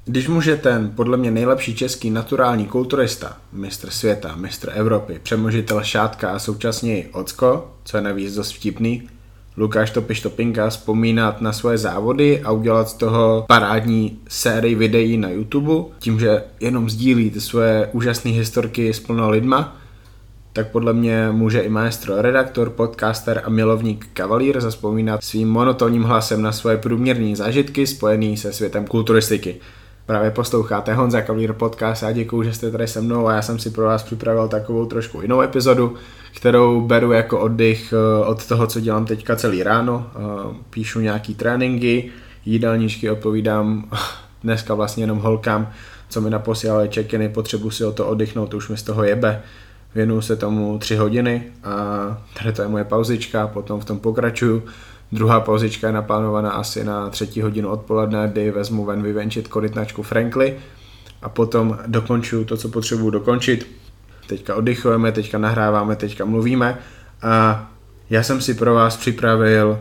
Když může ten podle mě nejlepší český naturální kulturista, mistr světa, mistr Evropy, přemožitel Šátka a současně i Ocko, co je navíc dost vtipný, Lukáš Topiš Topinka vzpomínat na svoje závody a udělat z toho parádní sérii videí na YouTube, tím, že jenom sdílí ty svoje úžasné historky s plno lidma, tak podle mě může i maestro, redaktor, podcaster a milovník kavalír zazpomínat svým monotónním hlasem na svoje průměrné zážitky spojené se světem kulturistiky. Právě posloucháte Honza Kavalír podcast a děkuju, že jste tady se mnou a já jsem si pro vás připravil takovou trošku jinou epizodu, kterou beru jako oddych od toho, co dělám teďka celý ráno. Píšu nějaký tréninky, jídelníčky odpovídám dneska vlastně jenom holkám, co mi naposílali check-iny, potřebuji si o to oddychnout, už mi z toho jebe. Věnuju se tomu 3 hodiny a tady to je moje pauzička, potom v tom pokračuju. Druhá pauzička je naplánovaná asi na 3 hodinu odpoledne, kdy vezmu ven vyvenčit korytnačku Frankly a potom dokončuju to, co potřebuju dokončit. Teďka oddychujeme, teďka nahráváme, teďka mluvíme a já jsem si pro vás připravil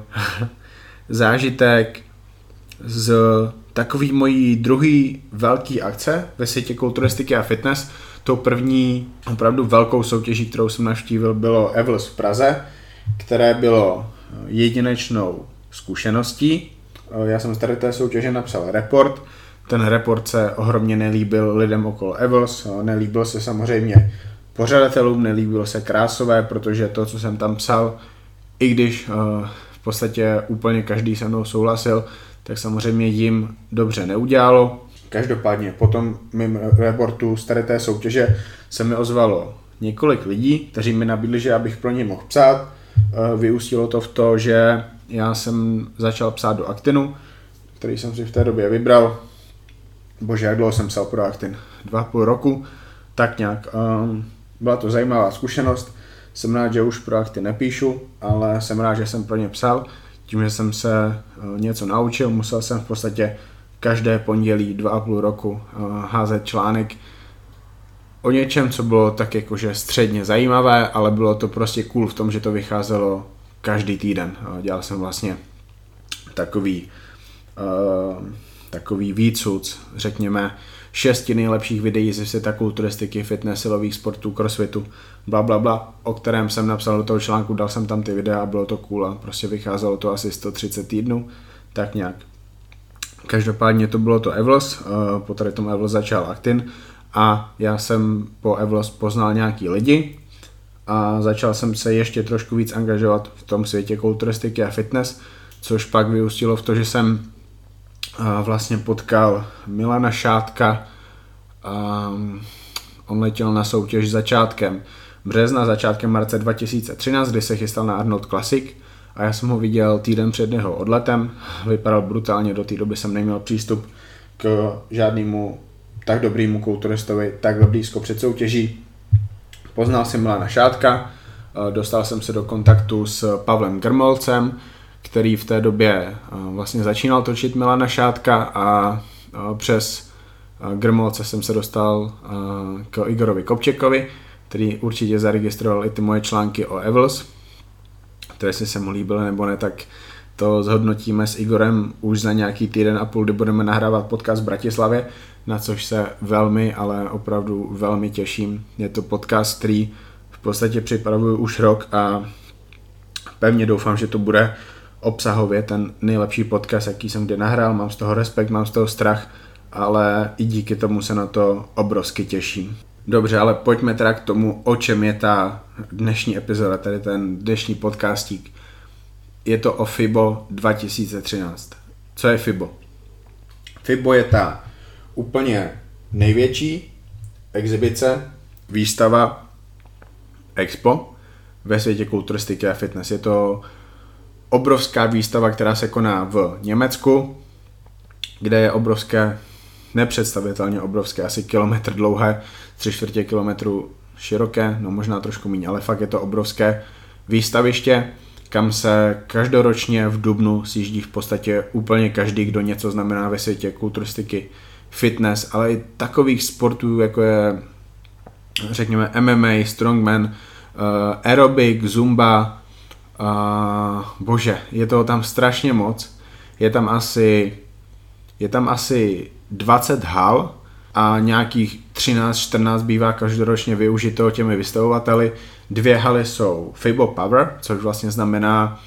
zážitek z takový mojí druhý velký akce ve světě kulturistiky a fitness. Tou první opravdu velkou soutěží, kterou jsem navštívil, bylo Evels v Praze, které bylo jedinečnou zkušeností. Já jsem z tady té soutěže napsal report. Ten report se ohromně nelíbil lidem okolo Evels, nelíbil se samozřejmě pořadatelům, nelíbil se Krásové, protože to, co jsem tam psal, i když v podstatě úplně každý se mnou souhlasil, tak samozřejmě jim dobře neudělalo. Každopádně po tom mým reportu z tady té soutěže se mi ozvalo několik lidí, kteří mi nabídli, že abych pro ně mohl psát. Vyústilo to v to, že já jsem začal psát do Actinu, který jsem si v té době vybral. Bože, jak dlouho jsem psal pro Actin? 2,5 roku, tak nějak. Byla to zajímavá zkušenost. Jsem rád, že už pro Actin nepíšu, ale jsem rád, že jsem pro ně psal. Tím, že jsem se něco naučil, musel jsem v podstatě každé pondělí 2,5 roku házet článek o něčem, co bylo tak jakože středně zajímavé, ale bylo to prostě cool v tom, že to vycházelo každý týden. Dělal jsem vlastně takový výcuc, řekněme 6 nejlepších videí ze světa kulturistiky, fitness, silových sportů, crossfitu, blablabla, o kterém jsem napsal do toho článku, dal jsem tam ty videa a bylo to cool a prostě vycházelo to asi 130 týdnů, tak nějak. Každopádně to bylo to Evels, po tady tomu Evels začal Actin a já jsem po Evels poznal nějaký lidi a začal jsem se ještě trošku víc angažovat v tom světě kulturistiky a fitness, což pak vyústilo v to, že jsem vlastně potkal Milana Šátka a on letěl na soutěž začátkem března, začátkem marce 2013, kdy se chystal na Arnold Classic a já jsem ho viděl týden před jeho odletem, vypadal brutálně, do té doby jsem neměl přístup k žádnému tak dobrýmu kulturistovi, tak blízko před soutěží. Poznal jsem Milana Šátka, dostal jsem se do kontaktu s Pavlem Grmolcem, který v té době vlastně začínal točit Milana Šátka a přes Grmolce jsem se dostal k Igorovi Kopčekovi, který určitě zaregistroval i ty moje články o Evels, které si se mu líbily nebo ne, tak to zhodnotíme s Igorem už za nějaký týden a půl, kdy budeme nahrávat podcast v Bratislavě, na což se velmi, ale opravdu velmi těším. Je to podcast, který v podstatě připravuju už rok a pevně doufám, že to bude obsahově ten nejlepší podcast, jaký jsem kdy nahrál. Mám z toho respekt, mám z toho strach, ale i díky tomu se na to obrovsky těším. Dobře, ale pojďme teda k tomu, o čem je ta dnešní epizoda, tady ten dnešní podcastík. Je to o FIBO 2013. Co je FIBO? FIBO je ta úplně největší exibice, výstava, expo ve světě kulturistiky a fitness. Je to obrovská výstava, která se koná v Německu, kde je obrovské, nepředstavitelně obrovské, asi kilometr dlouhé, 3/4 kilometru široké, no možná trošku méně, ale fakt je to obrovské výstaviště, kam se každoročně v dubnu sjíždí v podstatě úplně každý, kdo něco znamená ve světě kulturistiky, fitness, ale i takových sportů, jako je řekněme MMA, strongman, aerobik, zumba, bože, je toho tam strašně moc. Je tam asi je tam asi 20 hal a nějakých 13-14 bývá každoročně využito těmi vystavovateli. 2 haly jsou FIBO Power, což vlastně znamená,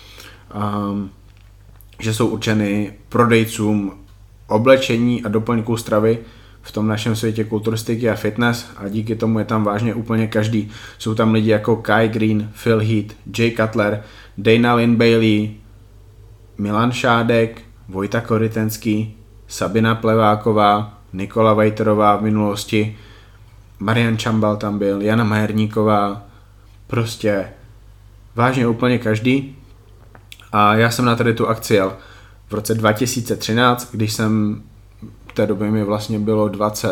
že jsou určeny prodejcům oblečení a doplňků stravy v tom našem světě kulturistiky a fitness a díky tomu je tam vážně úplně každý. Jsou tam lidi jako Kai Green, Phil Heath, Jay Cutler, Dana Lynn Bailey, Milan Šádek, Vojta Korytenský, Sabina Pleváková, Nikola Vejterová v minulosti, Marian Čambal tam byl, Jana Majerníková, prostě vážně úplně každý. A já jsem na tady tu akci jel v roce 2013, když jsem, v té době mi vlastně bylo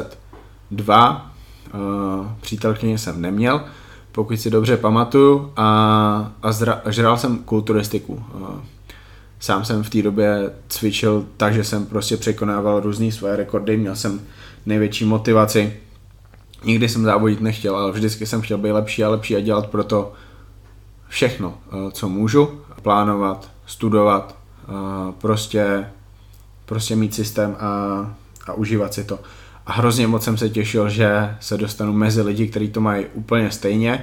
22, přítelkyně jsem neměl, pokud si dobře pamatuju, a žral jsem kulturistiku. Sám jsem v té době cvičil tak, že jsem prostě překonával různý svoje rekordy, měl jsem největší motivaci. Nikdy jsem závodit nechtěl, ale vždycky jsem chtěl být lepší a lepší a dělat pro to všechno, co můžu. Plánovat, studovat, prostě mít systém a užívat si to. A hrozně moc jsem se těšil, že se dostanu mezi lidi, kteří to mají úplně stejně,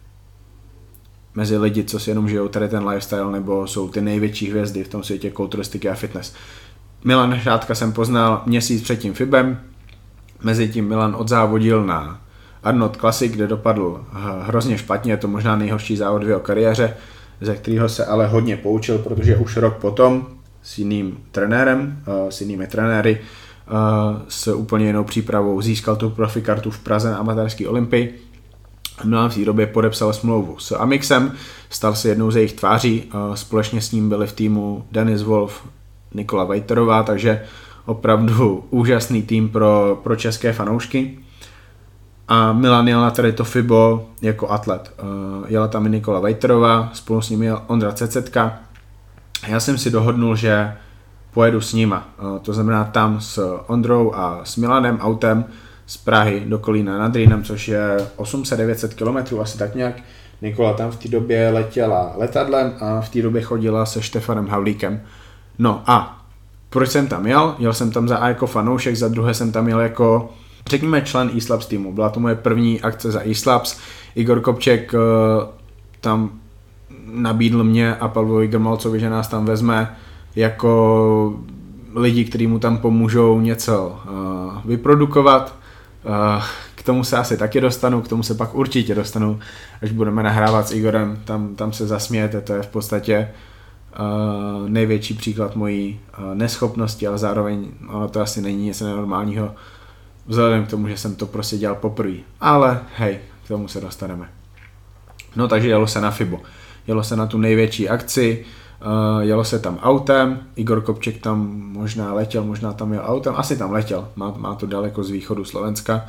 mezi lidi, co si jenom žijou tady ten lifestyle, nebo jsou ty největší hvězdy v tom světě kulturistiky a fitness. Milana Šádka jsem poznal měsíc před tím FIBem, mezitím Milan odzávodil na Arnold Classic, kde dopadl hrozně špatně, je to možná nejhorší závod v jeho kariéře, ze kterého se ale hodně poučil, protože už rok potom s jiným trenérem, s jinými trenéry, s úplně jinou přípravou získal tu profikartu v Praze na amatérské olympii. Milan v té době podepsal smlouvu s Amixem, stal se jednou ze jejich tváří, společně s ním byli v týmu Denis Wolf, Nikola Vejterová, takže opravdu úžasný tým pro české fanoušky. A Milan jel na tady to FIBO jako atlet. Jela tam i Nikola Vejterová, spolu s ním jel Ondra Cecetka. Já jsem si dohodnul, že pojedu s nima. To znamená tam s Ondrou a s Milanem autem z Prahy do Kolína nad Rýnem, což je 800-900 km, asi tak nějak. Nikola tam v té době letěla letadlem a v té době chodila se Štefanem Havlíkem. No a proč jsem tam jel? Jel jsem tam za A jako fanoušek, za druhé jsem tam jel jako, řekněme, člen eSlabs týmu. Byla to moje první akce za eSlabs. Igor Kopček tam nabídl mě a Pavlovi Grmalcovi, že nás tam vezme jako lidi, kteří mu tam pomůžou něco vyprodukovat. K tomu se asi taky dostanu, k tomu se pak určitě dostanu, až budeme nahrávat s Igorem, tam se zasmějete, to je v podstatě největší příklad mojí neschopnosti, ale zároveň to asi není nic nenormálního, vzhledem k tomu, že jsem to prostě dělal poprvé. Ale hej, k tomu se dostaneme. No takže jelo se na FIBO. Jelo se na tu největší akci, jelo se tam autem, Igor Kopček tam možná letěl, možná tam jel autem, asi tam letěl, má to daleko z východu Slovenska.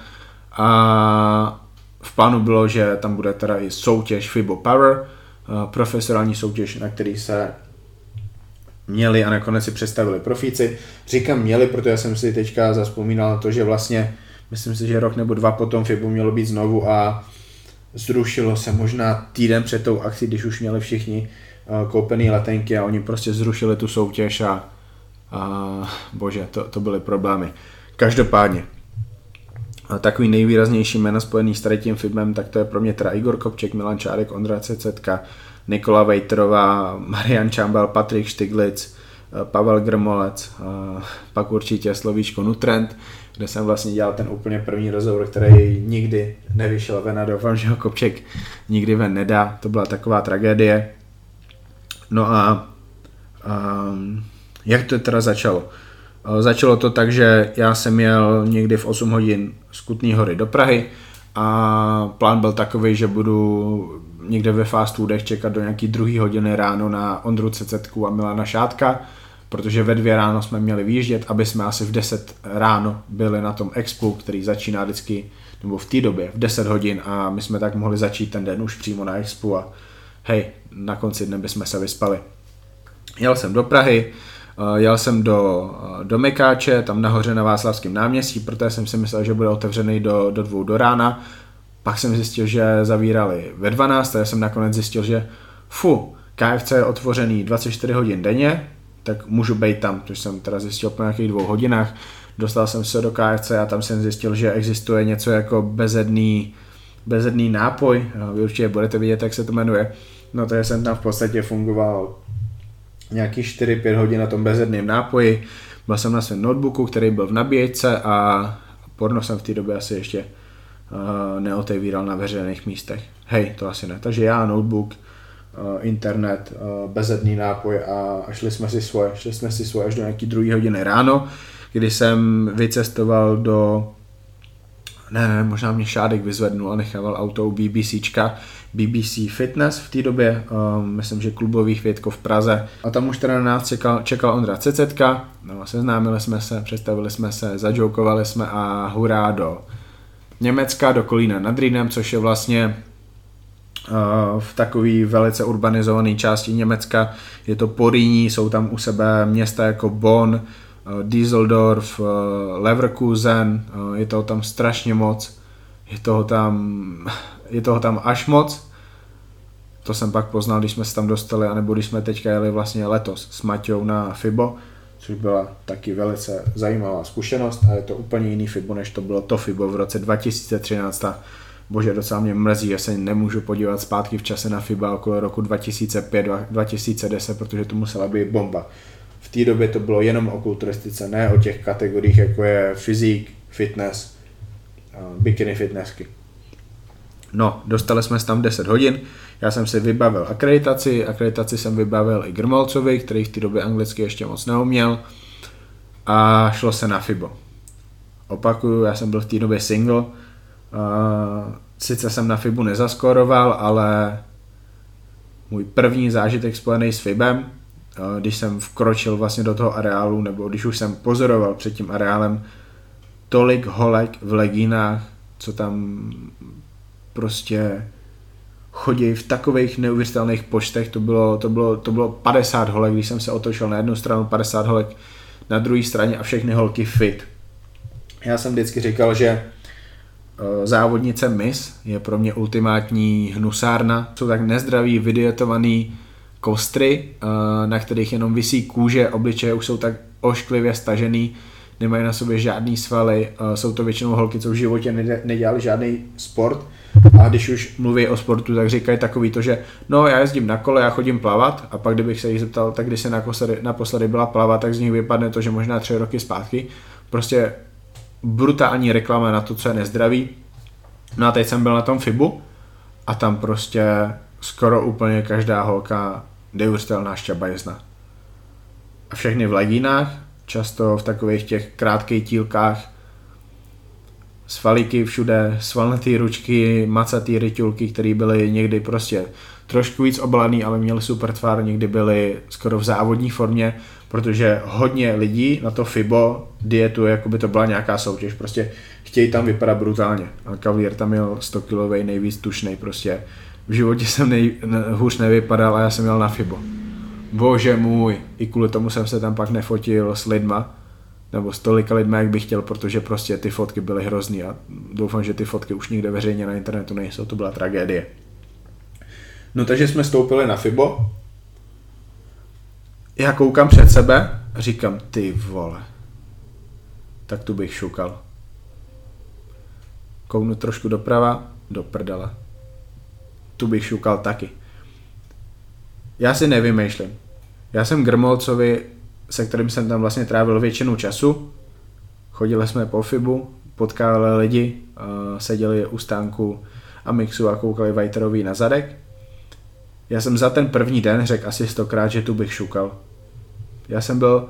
A v plánu bylo, že tam bude teda i soutěž FIBO Power, profesionální soutěž, na který se měli a nakonec si představili profíci. Říkám měli, protože jsem si teďka zazpomínal na to, že vlastně, myslím si, že rok nebo 2 potom FIBO mělo být znovu a zrušilo se možná týden před tou akcí, když už měli všichni koupený letenky a oni prostě zrušili tu soutěž a bože, to byly problémy. Každopádně, takový nejvýraznější jména spojený s tady tím FIBem, tak to je pro mě teda Igor Kopček, Milan Čárek, Ondra Cecetka, Nikola Vejterová, Marian Čambal, Patrik Štiglic, Pavel Grmolec, pak určitě slovíčko Nutrend, kde jsem vlastně dělal ten úplně první rozhovor, který nikdy nevyšel ven a doufám, že ho Kopček nikdy ven nedá. To byla taková tragédie. No a jak to teda začalo? Začalo to tak, že já jsem jel někdy v 8 hodin z Kutné Hory do Prahy a plán byl takový, že budu někde ve fast foodech čekat do nějaký 2 hodiny ráno na Ondru Cecetku a Milana Šádka, protože ve 2 ráno jsme měli vyjíždět, aby jsme asi v 10 ráno byli na tom expu, který začíná vždycky, nebo v té době v 10 hodin a my jsme tak mohli začít ten den už přímo na expu a hej, na konci dne bychom se vyspali. Jel jsem do Prahy, jel jsem do Mekáče, tam nahoře na Václavském náměstí, protože jsem si myslel, že bude otevřený do 2 do rána. Pak jsem zjistil, že zavírali ve 12, a já jsem nakonec zjistil, že KFC je otvořený 24 hodin denně, tak můžu být tam, což jsem teda zjistil po nějakých 2 hodinách. Dostal jsem se do KFC a tam jsem zjistil, že existuje něco jako bezedný nápoj, vy určitě budete vidět, jak se to jmenuje. No takže jsem tam v podstatě fungoval nějaký 4-5 hodin na tom bezedném nápoji. Byl jsem na svém notebooku, který byl v nabíječce a porno jsem v té době asi ještě neotevíral na veřejných místech. Hej, to asi ne. Takže já, notebook, internet, bezedný nápoj a šli jsme si svoje až do nějaký 2 hodiny ráno, kdy jsem vycestoval do možná mě Šádek vyzvednul a nechával auto u BBC Fitness v té době, myslím, že klubový chvětko v Praze. A tam už teda na nás čekal Ondra Cecetka, no, seznámili jsme se, představili jsme se, zajokovali jsme a hurá do Německa, do Kolína nad Rýnem, což je vlastně v takový velice urbanizované části Německa. Je to po Rýni, jsou tam u sebe města jako Bonn, Düsseldorf, Leverkusen, je toho tam strašně moc, je toho tam až moc. To jsem pak poznal, když jsme se tam dostali, anebo když jsme teďka jeli vlastně letos s Maťou na FIBO, což byla taky velice zajímavá zkušenost a je to úplně jiný FIBO, než to bylo to FIBO v roce 2013. Bože, docela mě mrzí, že se nemůžu podívat zpátky v čase na FIBA okolo roku 2005-2010, protože to musela být bomba. V té době to bylo jenom o kulturistice, ne o těch kategoriích, jako je fyzik, fitness, bikini fitnessky. No, dostali jsme se tam 10 hodin, já jsem si vybavil akreditaci jsem vybavil i Grmolcovi, který v té době anglicky ještě moc neuměl a šlo se na FIBO. Opakuju, já jsem byl v té době single, sice jsem na FIBu nezaskoroval, ale můj první zážitek spojený s FIBem, když jsem vkročil vlastně do toho areálu, nebo když už jsem pozoroval před tím areálem tolik holek v legínách, co tam prostě chodí v takových neuvěřitelných počtech, to bylo 50 holek, když jsem se otočil na jednu stranu, 50 holek na druhé straně a všechny holky fit. Já jsem vždycky říkal, že závodnice Miss je pro mě ultimátní hnusárna, jsou tak nezdraví, vydietovaný kostry, na kterých jenom visí kůže, obličeje už jsou tak ošklivě stažený, nemají na sobě žádný svaly, jsou to většinou holky, co v životě nedělali žádný sport a když už mluví o sportu, tak říkají takový to, že no já jezdím na kole, já chodím plavat a pak kdybych se jich zeptal, tak když se naposledy byla plavat, tak z nich vypadne to, že možná 3 roky zpátky, prostě brutální reklama na to, co je nezdravý. No a teď jsem byl na tom FIBu a tam prostě skoro úplně každá holka neuvěřitelná šťabajzna. A všechny v legínách, často v takových těch krátkých tílkách, svalíky všude, svalnatý ručky, macatý ryťulky, které byly někdy prostě trošku víc obalený, ale měly super tvar, někdy byly skoro v závodní formě, protože hodně lidí na to FIBO dietuje, jako by to byla nějaká soutěž, prostě chtějí tam vypadat brutálně. A Cavalier tam měl 100 kilovej, nejvíc tušnej, prostě v životě jsem hůř nevypadal a já jsem jel na FIBO. Bože můj, i kvůli tomu jsem se tam pak nefotil s lidma, nebo s tolika lidma, jak bych chtěl, protože prostě ty fotky byly hrozný a doufám, že ty fotky už nikde veřejně na internetu nejsou, to byla tragédie. No takže jsme stoupili na FIBO, já koukám před sebe a říkám, ty vole, tak tu bych šukal. Kouknu trošku doprava, do prdele. Tu bych šukal taky. Já si nevymýšlím. Já jsem Grmolcovi, se kterým jsem tam vlastně trávil většinu času, chodili jsme po FIBu, potkávali lidi, seděli u stánku a mixu a koukali Vajterový na zadek. Já jsem za ten první den řekl asi 100krát, že tu bych šukal. Já jsem byl,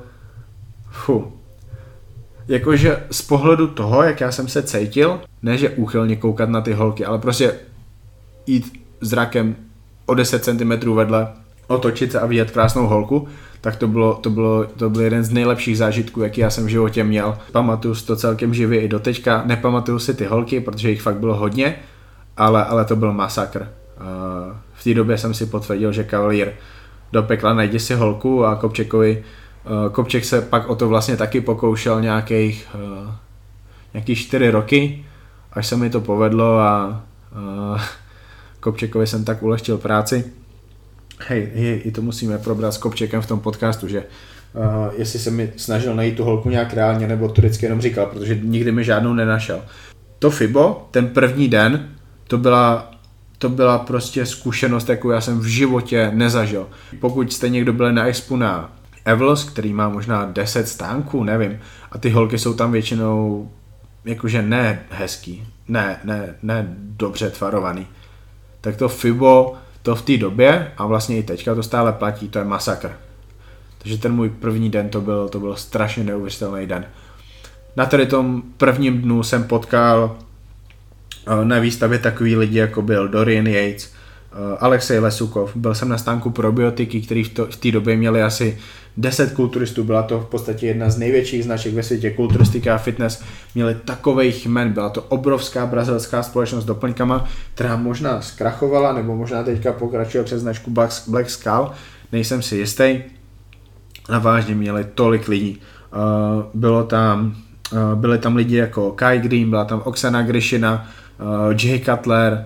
jakože z pohledu toho, jak já jsem se cítil, ne že úchylně koukat na ty holky, ale prostě jít zrakem o 10 cm vedle, otočit se a vidět krásnou holku, tak to byl jeden z nejlepších zážitků, jaký já jsem v životě měl. Pamatuju si to celkem živě i doteďka, nepamatuju si ty holky, protože jich fakt bylo hodně, ale to byl masakr. V té době jsem si potvrdil, že Cavalier do pekla najde si holku a Kopček se pak o to vlastně taky pokoušel nějakých 4 roky, až se mi to povedlo a Kopčekovi jsem tak ulehčil práci. Hej, i to musíme probrat s Kopčekem v tom podcastu, že jestli se mi snažil najít tu holku nějak reálně, nebo to vždycky jenom říkal, protože nikdy mi žádnou nenašel. To FIBO, ten první den, to byla prostě zkušenost, jakou já jsem v životě nezažil. Pokud jste někdo byl na expu na Evlos, který má možná 10 stánků, nevím, a ty holky jsou tam většinou jakože ne hezký, ne dobře tvarovaný, tak to FIBO, to v té době, a vlastně i teďka to stále platí, to je masakr. Takže ten můj první den to byl strašně neuvěřitelný den. Na tady tom prvním dnu jsem potkal na výstavě takový lidi, jako byl Dorian Yates, Alexej Lesukov. Byl jsem na stánku Probiotiky, který v té době měli asi 10 kulturistů. Byla to v podstatě jedna z největších značek ve světě, kulturistika a fitness. Měli takovejch jmen. Byla to obrovská brazilská společnost s doplňkama, která možná zkrachovala, nebo možná teďka pokračuje přes značku Black Skull. Nejsem si jistý. A vážně měli tolik lidí. Byli tam lidi jako Kai Green, byla tam Oksana Grishina, Jay Cutler,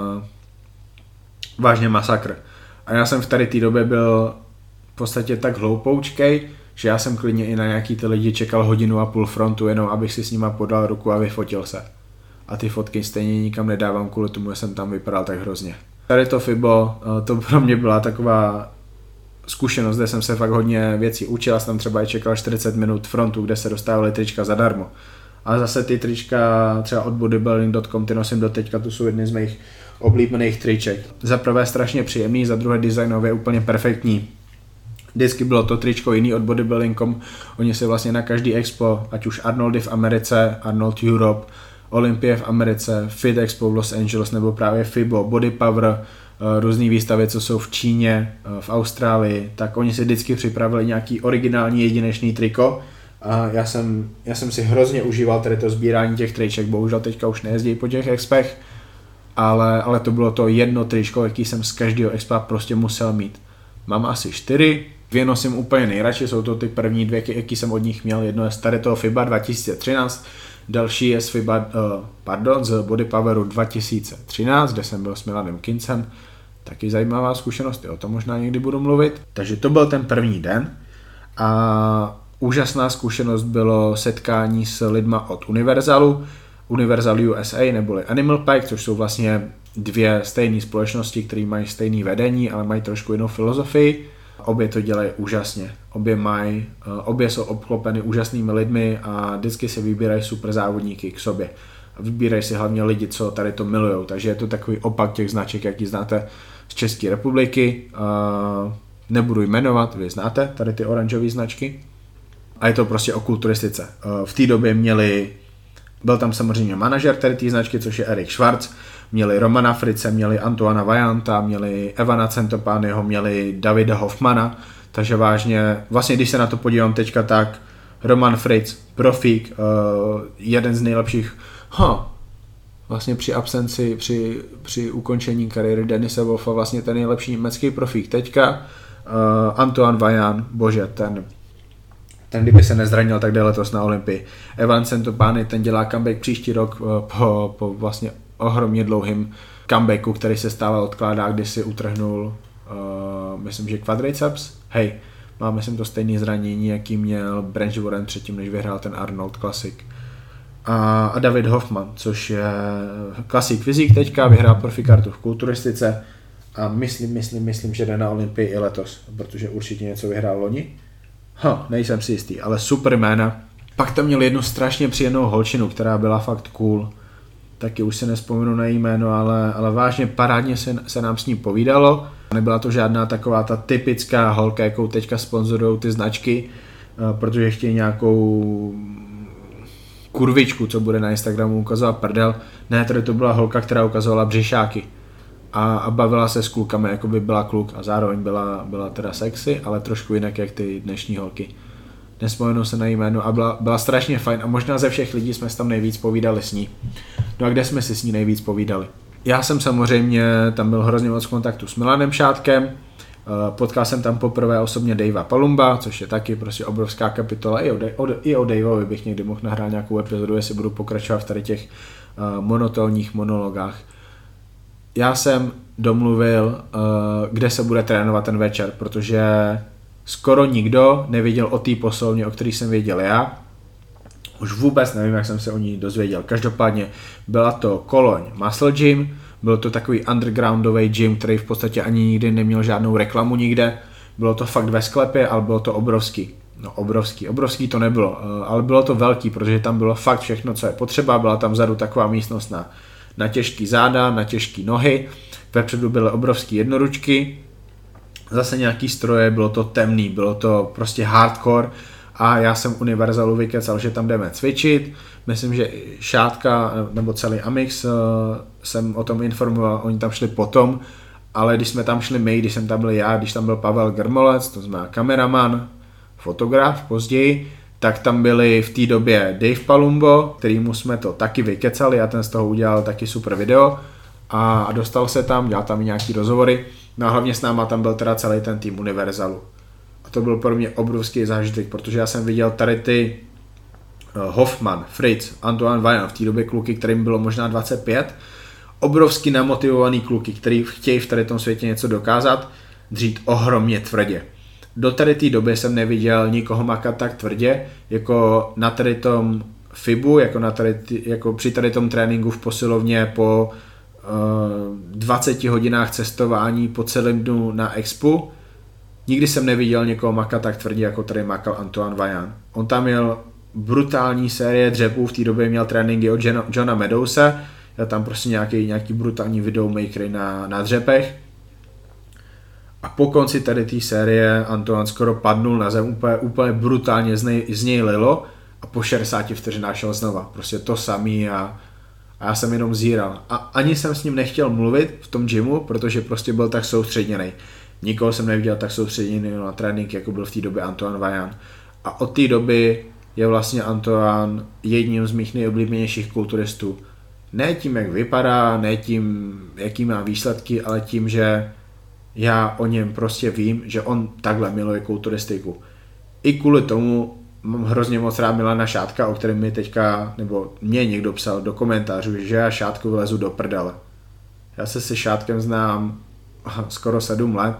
vážně masakr. A já jsem v tady té době byl v podstatě tak hloupoučkej, že já jsem klidně i na nějaký ty lidi čekal 1,5 hodiny frontu, jenom abych si s nima podal ruku a vyfotil se. A ty fotky stejně nikam nedávám kvůli tomu, že jsem tam vypadal tak hrozně. Tady to FIBO, to pro mě byla taková zkušenost, kde jsem se fakt hodně věcí učil. Já jsem tam třeba i čekal 40 minut frontu, kde se dostávaly trička zadarmo. A zase ty trička třeba od bodybuilding.com, ty nosím do teďka, to jsou jedny z mých oblíbených triček. Za prvé strašně příjemný, za druhé designově úplně perfektní. Vždycky bylo to tričko jiný od bodybuilding.com, oni si vlastně na každý expo, ať už Arnoldy v Americe, Arnold Europe, Olympie v Americe, Fit Expo v Los Angeles nebo právě FIBO, Body Power, různý výstavy, co jsou v Číně, v Austrálii, tak oni si vždycky připravili nějaký originální jedinečný triko. A já jsem si hrozně užíval tady to sbírání těch triček, bohužel teďka už nejezdí po těch expech, ale to bylo to jedno tričko, jaký jsem z každého expa prostě musel mít. Mám asi 4, 2 nosím úplně nejradši, jsou to ty první 2, jaký jsem od nich měl, jedno je z tady toho FIBA 2013, další je z FIBA, z Body Poweru 2013, kde jsem byl s Milanem Kincem, taky zajímavá zkušenost, o tom možná někdy budu mluvit. Takže to byl ten první den a úžasná zkušenost bylo setkání s lidma od Universal USA neboli Animal Pack, což jsou vlastně 2 stejné společnosti, které mají stejné vedení, ale mají trošku jinou filozofii. Obě to dělají úžasně. Obě jsou obklopeny úžasnými lidmi a vždycky si vybírají super závodníky k sobě. A vybírají si hlavně lidi, co tady to milujou. Takže je to takový opak těch značek, jaký znáte z České republiky. Nebudu jmenovat, vy znáte tady ty oranžové značky. A je to prostě o kulturistice. V té době byl tam samozřejmě manažer tady té značky, což je Erik Schwarz, měli Romana Frice, měli Antoana Vajanta, měli Evana Centopányho, měli Davida Hoffmana, takže vlastně když se na to podívám teďka, tak Roman Fritz, profík, jeden z nejlepších, vlastně při absenci, při ukončení kariéry Denise Wolfa, vlastně ten nejlepší německý profík teďka, Antoine Vajan, bože, ten kdyby se nezranil, tak jde letos na Olympii. Evan Centopány, ten dělá comeback příští rok po vlastně ohromně dlouhým comebacku, který se stále odkládá, když si utrhnul, myslím, že quadriceps. Má myslím to stejné zranění, jaký měl Branch Warren předtím, než vyhrál ten Arnold Classic. A David Hoffman, což je klasik fyzik teďka, vyhrál profikartu v kulturistice a myslím, že jde na Olympii i letos, protože určitě něco vyhrál loni. Nejsem si jistý, ale super jména. Pak tam měl jednu strašně příjemnou holčinu, která byla fakt cool. Taky už se nespomenu na její jméno, ale vážně parádně se nám s ní povídalo. Nebyla to žádná taková ta typická holka, jakou teďka sponzorují ty značky, protože chtějí nějakou kurvičku, co bude na Instagramu ukazovat prdel. Ne, tady to byla holka, která ukazovala břišáky. A bavila se s klukami, jako by byla kluk a zároveň byla teda sexy, ale trošku jinak jak ty dnešní holky. Nespomenu se na jméno a byla strašně fajn a možná ze všech lidí jsme se tam nejvíc povídali s ní. No a kde jsme si s ní nejvíc povídali? Já jsem samozřejmě tam byl hrozně moc kontaktu s Milanem Šátkem, potkal jsem tam poprvé osobně Davea Palumba, což je taky prostě obrovská kapitola, i o Daveovi bych někdy mohl nahrát nějakou epizodu, jestli budu pokračovat v tady těch monotónních monologách. Já jsem domluvil, kde se bude trénovat ten večer, protože skoro nikdo nevěděl o té posilovně, o který jsem věděl já. Už vůbec nevím, jak jsem se o ní dozvěděl. Každopádně byla to Koloň Muscle Gym, byl to takový undergroundový gym, který v podstatě ani nikdy neměl žádnou reklamu nikde. Bylo to fakt ve sklepě, ale bylo to obrovský. No obrovský to nebylo, ale bylo to velký, protože tam bylo fakt všechno, co je potřeba. Byla tam vzadu taková místnost na těžký záda, na těžký nohy. Vepředu byly obrovský jednoručky, zase nějaký stroje, bylo to temný, bylo to prostě hardcore a já jsem Univerzalu vykecal, že tam jdeme cvičit. Myslím, že Šátka nebo celý Amix jsem o tom informoval, oni tam šli potom, ale když jsme tam šli my, když jsem tam byl já, když tam byl Pavel Grmolec, to znamená kameraman, fotograf později, tak tam byli v té době Dave Palumbo, kterýmu jsme to taky vykecali a ten z toho udělal taky super video a dostal se tam, dělal tam i nějaký rozhovory, no a hlavně s náma tam byl teda celý ten tým Univerzalu. A to byl pro mě obrovský zážitek, protože já jsem viděl tady ty Hoffman, Fritz, Antoine Vaillant, v té době kluky, kterým bylo možná 25, obrovsky namotivovaný kluky, který chtějí v tady tom světě něco dokázat, dřít ohromně tvrdě. Do tady té doby jsem neviděl nikoho makat tak tvrdě, jako na tady tom FIBu, jako při tady tom tréninku v posilovně po 20 hodinách cestování po celém dnu na expu. Nikdy jsem neviděl někoho makat tak tvrdě, jako tady makal Antoine Vaillant. On tam měl brutální série dřepů, v té době měl tréninky od Johna Meadowse, já tam prostě nějaký brutální videomakery na dřepech. A po konci tady té série Antoine skoro padnul na zem, úplně brutálně z něj lilo a po 60 vteřinách šel znova. Prostě to samý a já jsem jenom zíral. A ani jsem s ním nechtěl mluvit v tom gymu, protože prostě byl tak soustředěný. Nikoho jsem neviděl tak soustředěný na trénink, jako byl v té době Antoine Vaillant. A od té doby je vlastně Antoine jedním z mých nejoblíbenějších kulturistů. Ne tím, jak vypadá, ne tím, jaký má výsledky, ale tím, že já o něm prostě vím, že on takhle miluje kulturistiku. I kvůli tomu mám hrozně moc rád Milana Šátka, o kterém mi teďka, nebo mě někdo psal do komentářů, že já Šátku vylezu do prdele. Já se Šátkem znám skoro 7 let.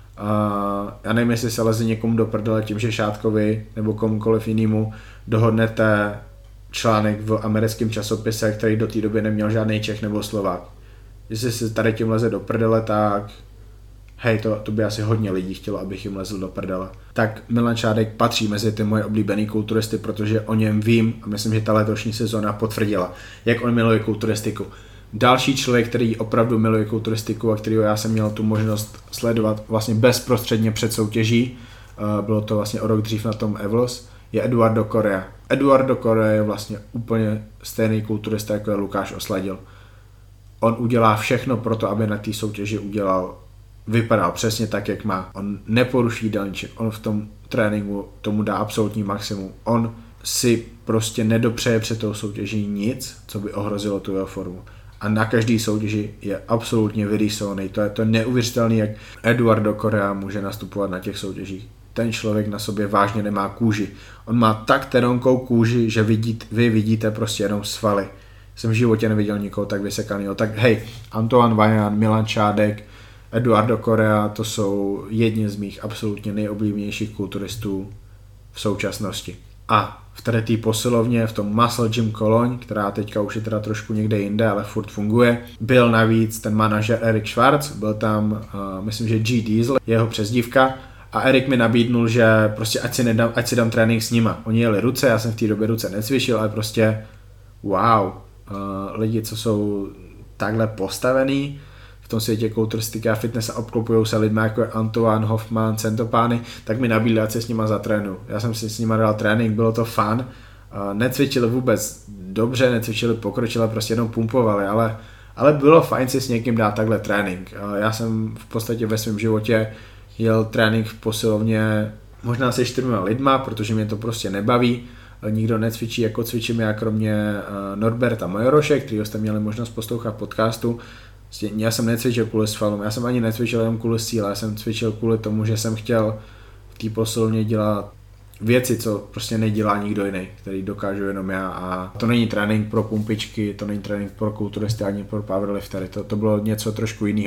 Já nevím, jestli se leze někomu do prdele tím, že Šátkovi nebo komukoliv jinému dohodnete článek v americkém časopise, který do té doby neměl žádný Čech nebo Slovák. Jestli se tady tím leze do prdele, tak hej, to by asi hodně lidí chtělo, abych jim lezl do prdele. Tak Milan Šádek patří mezi ty moje oblíbený kulturisty, protože o něm vím a myslím, že ta letošní sezóna potvrdila, jak on miluje kulturistiku. Další člověk, který opravdu miluje kulturistiku a kterýho já jsem měl tu možnost sledovat vlastně bezprostředně před soutěží, bylo to vlastně o rok dřív na tom Evlos, je Eduardo Correa. Eduardo Correa je vlastně úplně stejný kulturista, jako je Lukáš Osladil. On udělá všechno pro to, aby na té soutěži vypadal přesně tak, jak má. On neporuší jídelníček, on v tom tréninku tomu dá absolutní maximum. On si prostě nedopřeje před tou soutěží nic, co by ohrozilo tu jeho formu. A na každý soutěži je absolutně vyrýsovaný. To je neuvěřitelný, jak Eduardo Correa může nastupovat na těch soutěžích. Ten člověk na sobě vážně nemá kůži. On má tak tenonkou kůži, že vy vidíte prostě jenom svaly. Jsem v životě neviděl nikoho tak vysekanýho. Tak hej, Antoine Vaillant, Milan Šádek, Eduardo Correa, to jsou jedni z mých absolutně nejoblíbenějších kulturistů v současnosti. A v tady té posilovně, v tom Muscle Gym Koloň, která teďka už je teda trošku někde jinde, ale furt funguje, byl navíc ten manažer Erik Schwarz, byl tam, myslím, že G Diesel, jeho přezdívka, a Erik mi nabídnul, že prostě ať si dám trénink s nima. Oni jeli ruce, já jsem v té době ruce necvičil, ale prostě wow, lidi, co jsou takhle postavený v tom světě kulturistiky a fitness a obklopují se lidmi jako je Antoine, Hoffman, Centopány, tak mi nabídli, ať se s nima zatrénu. Já jsem si s nima dal trénink, bylo to fun, necvičili vůbec dobře, necvičili pokročile, prostě jenom pumpovali, ale bylo fajn si s někým dát takhle trénink. Já jsem v podstatě ve svém životě jel trénink v posilovně možná se 4 lidma, protože mě to prostě nebaví. Nikdo necvičí, jako cvičím já, kromě Norberta Mojoroše, kterýho jste měli možnost poslouchat v podcastu. Já jsem necvičil kvůli svalům, já jsem ani necvičil jenom kvůli síle, já jsem cvičil kvůli tomu, že jsem chtěl v té posilovně dělat věci, co prostě nedělá nikdo jiný, který dokážu jenom já. A to není trénink pro pumpičky, to není trénink pro kulturisty ani pro powerliftery, to bylo něco trošku jiného.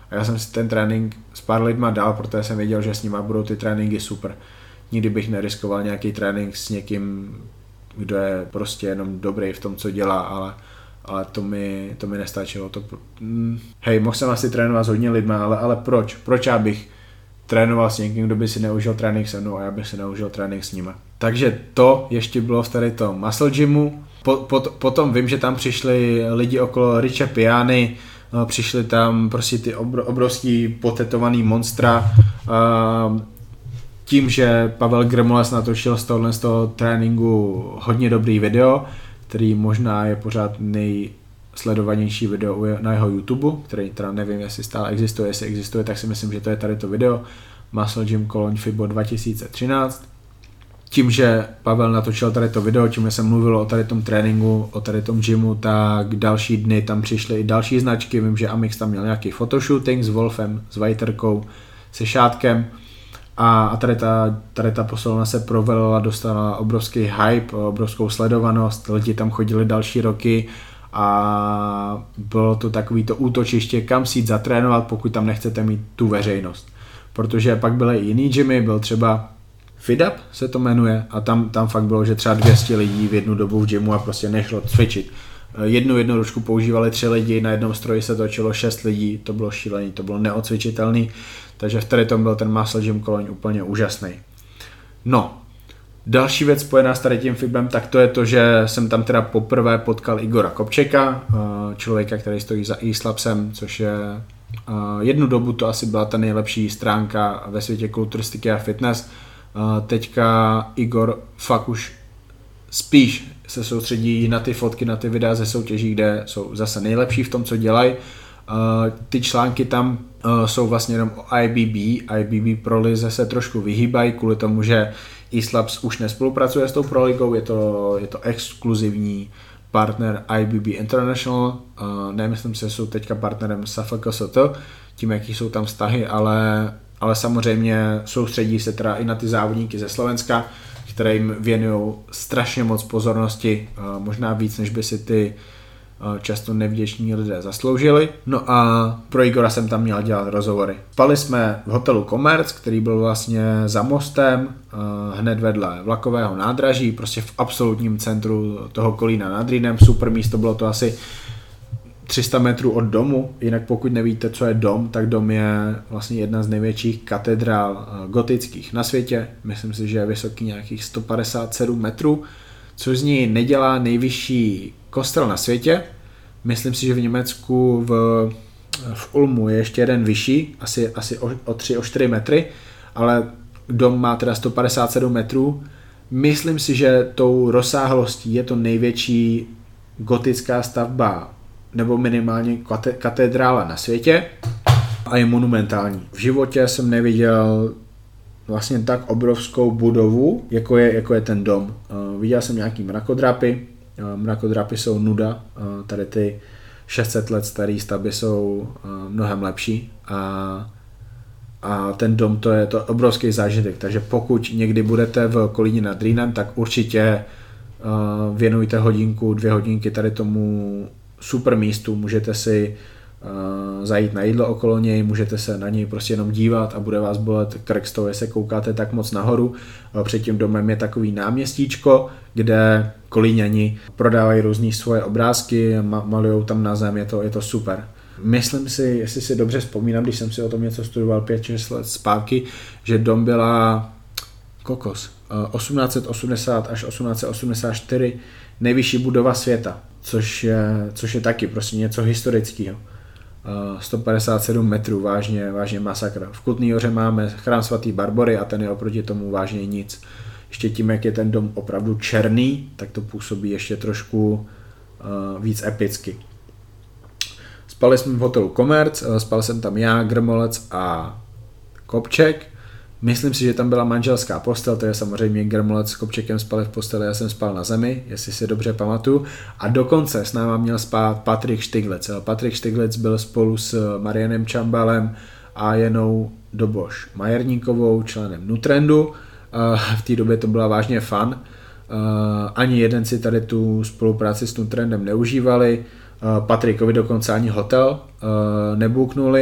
A já jsem si ten trénink s pár lidma dal, protože jsem věděl, že s nima budou ty tréninky super. Nikdy bych neriskoval nějaký trénink s někým, kdo je prostě jenom dobrý v tom, co dělá, ale to mi nestačilo. Hej, mohl jsem asi trénovat s hodně lidma, ale proč? Proč já bych trénoval s někým, kdo by si neužil trénink se mnou a já bych si neužil trénink s nima. Takže to ještě bylo v tady tom muscle gymu. Potom vím, že tam přišli lidi okolo Richa Piany, přišli tam prostě ty obrovský potetovaný monstra. Tím, že Pavel Grmoles natočil z toho tréninku hodně dobrý video, který možná je pořád nejsledovanější video na jeho YouTube, který teda nevím, jestli stále existuje, jestli existuje, tak si myslím, že to je tady to video Muscle Gym Cologne FIBO 2013. Tím, že Pavel natočil tady to video, tím, že jsem mluvil o tady tom tréninku, o tady tom gymu, tak další dny tam přišly i další značky. Vím, že Amix tam měl nějaký photoshooting s Wolfem, s Vajterkou, se Šátkem a tady ta posilovna se provedla, dostala obrovský hype, obrovskou sledovanost, lidi tam chodili další roky a bylo to takový to útočiště, kam si jít zatrénovat, pokud tam nechcete mít tu veřejnost. Protože pak byly i jiný gymy, byl třeba FitUp se to jmenuje a tam fakt bylo, že třeba 200 lidí v jednu dobu v gymu a prostě nešlo cvičit. Jednu jednodušku používali 3 lidi, na jednom stroji se točilo 6 lidí, to bylo šílený, to bylo neocvičitelný, takže v tady tom byl ten Muscle Gym Cologne úplně úžasný. No, další věc spojená s tady tím FIBem, tak to je to, že jsem tam teda poprvé potkal Igora Kopčeka, člověka, který stojí za eSlabsem, což je jednu dobu to asi byla ta nejlepší stránka ve světě kulturistiky a fitness. Teďka Igor fakt už spíš se soustředí na ty fotky, na ty videa ze soutěží, kde jsou zase nejlepší v tom, co dělají. Ty články tam jsou vlastně jenom o IBB Pro Lize se trošku vyhýbají kvůli tomu, že eSlabs už nespolupracuje s tou Pro Ligou, je to exkluzivní partner IBB International, nemyslím si, že jsou teďka partnerem SAFKST, tím, jaký jsou tam vztahy, ale samozřejmě soustředí se teda i na ty závodníky ze Slovenska, kterým věnují strašně moc pozornosti, možná víc, než by si ty často nevděční lidé zasloužili. No a pro Igora jsem tam měl dělat rozhovory. Spali jsme v hotelu Commerce, který byl vlastně za mostem, hned vedle vlakového nádraží, prostě v absolutním centru toho Kolína nad Rýnem, super místo, bylo to asi 300 metrů od domu, jinak pokud nevíte, co je dom, tak dom je vlastně jedna z největších katedrál gotických na světě, myslím si, že je vysoký nějakých 157 metrů, což z ní nedělá nejvyšší kostel na světě. Myslím si, že v Německu v Ulmu je ještě jeden vyšší, asi o 3-4 metry, ale dom má teda 157 metrů. Myslím si, že tou rozsáhlostí je to největší gotická stavba nebo minimálně katedrála na světě a je monumentální. V životě jsem neviděl vlastně tak obrovskou budovu, jako je ten dom. Viděl jsem nějaký mrakodrapy, mrakodrapy jsou nuda, tady ty 600 let staré stavby jsou mnohem lepší a ten dom to je to obrovský zážitek, takže pokud někdy budete v Kolíně nad Rýnem, tak určitě věnujte hodinku, 2 hodinky tady tomu super místu, můžete si zajít na jídlo okolo něj, můžete se na něj prostě jenom dívat a bude vás bolet krk z toho, jestli koukáte tak moc nahoru. Před tím domem je takový náměstíčko, kde Kolíňani prodávají různý svoje obrázky, malujou tam na zem, je to super. Myslím si, jestli si dobře vzpomínám, když jsem si o tom něco studoval 5-6 let zpátky, že dom byla 1880 až 1884 nejvyšší budova světa, což je taky prostě něco historického. 157 metrů, vážně masakr. V Kutný Hoře máme chrám svatý Barbory a ten je oproti tomu vážně nic. Ještě tím, jak je ten dom opravdu černý, tak to působí ještě trošku víc epicky. Spali jsme v hotelu Commerce, spal jsem tam já, Grmolec a Kopček. Myslím si, že tam byla manželská postel, to je samozřejmě Grmolec s Kopčekem spali v posteli, já jsem spal na zemi, jestli si dobře pamatuju. A dokonce s náma měl spát Patrik Štiglec. Patrik Štiglec byl spolu s Marianem Čambalem a Jenou Doboš Majerníkovou, členem Nutrendu. V té době to byla vážně fun. Ani jeden si tady tu spolupráci s Nutrendem neužívali. Patrikovi dokonce ani hotel nebooknuli,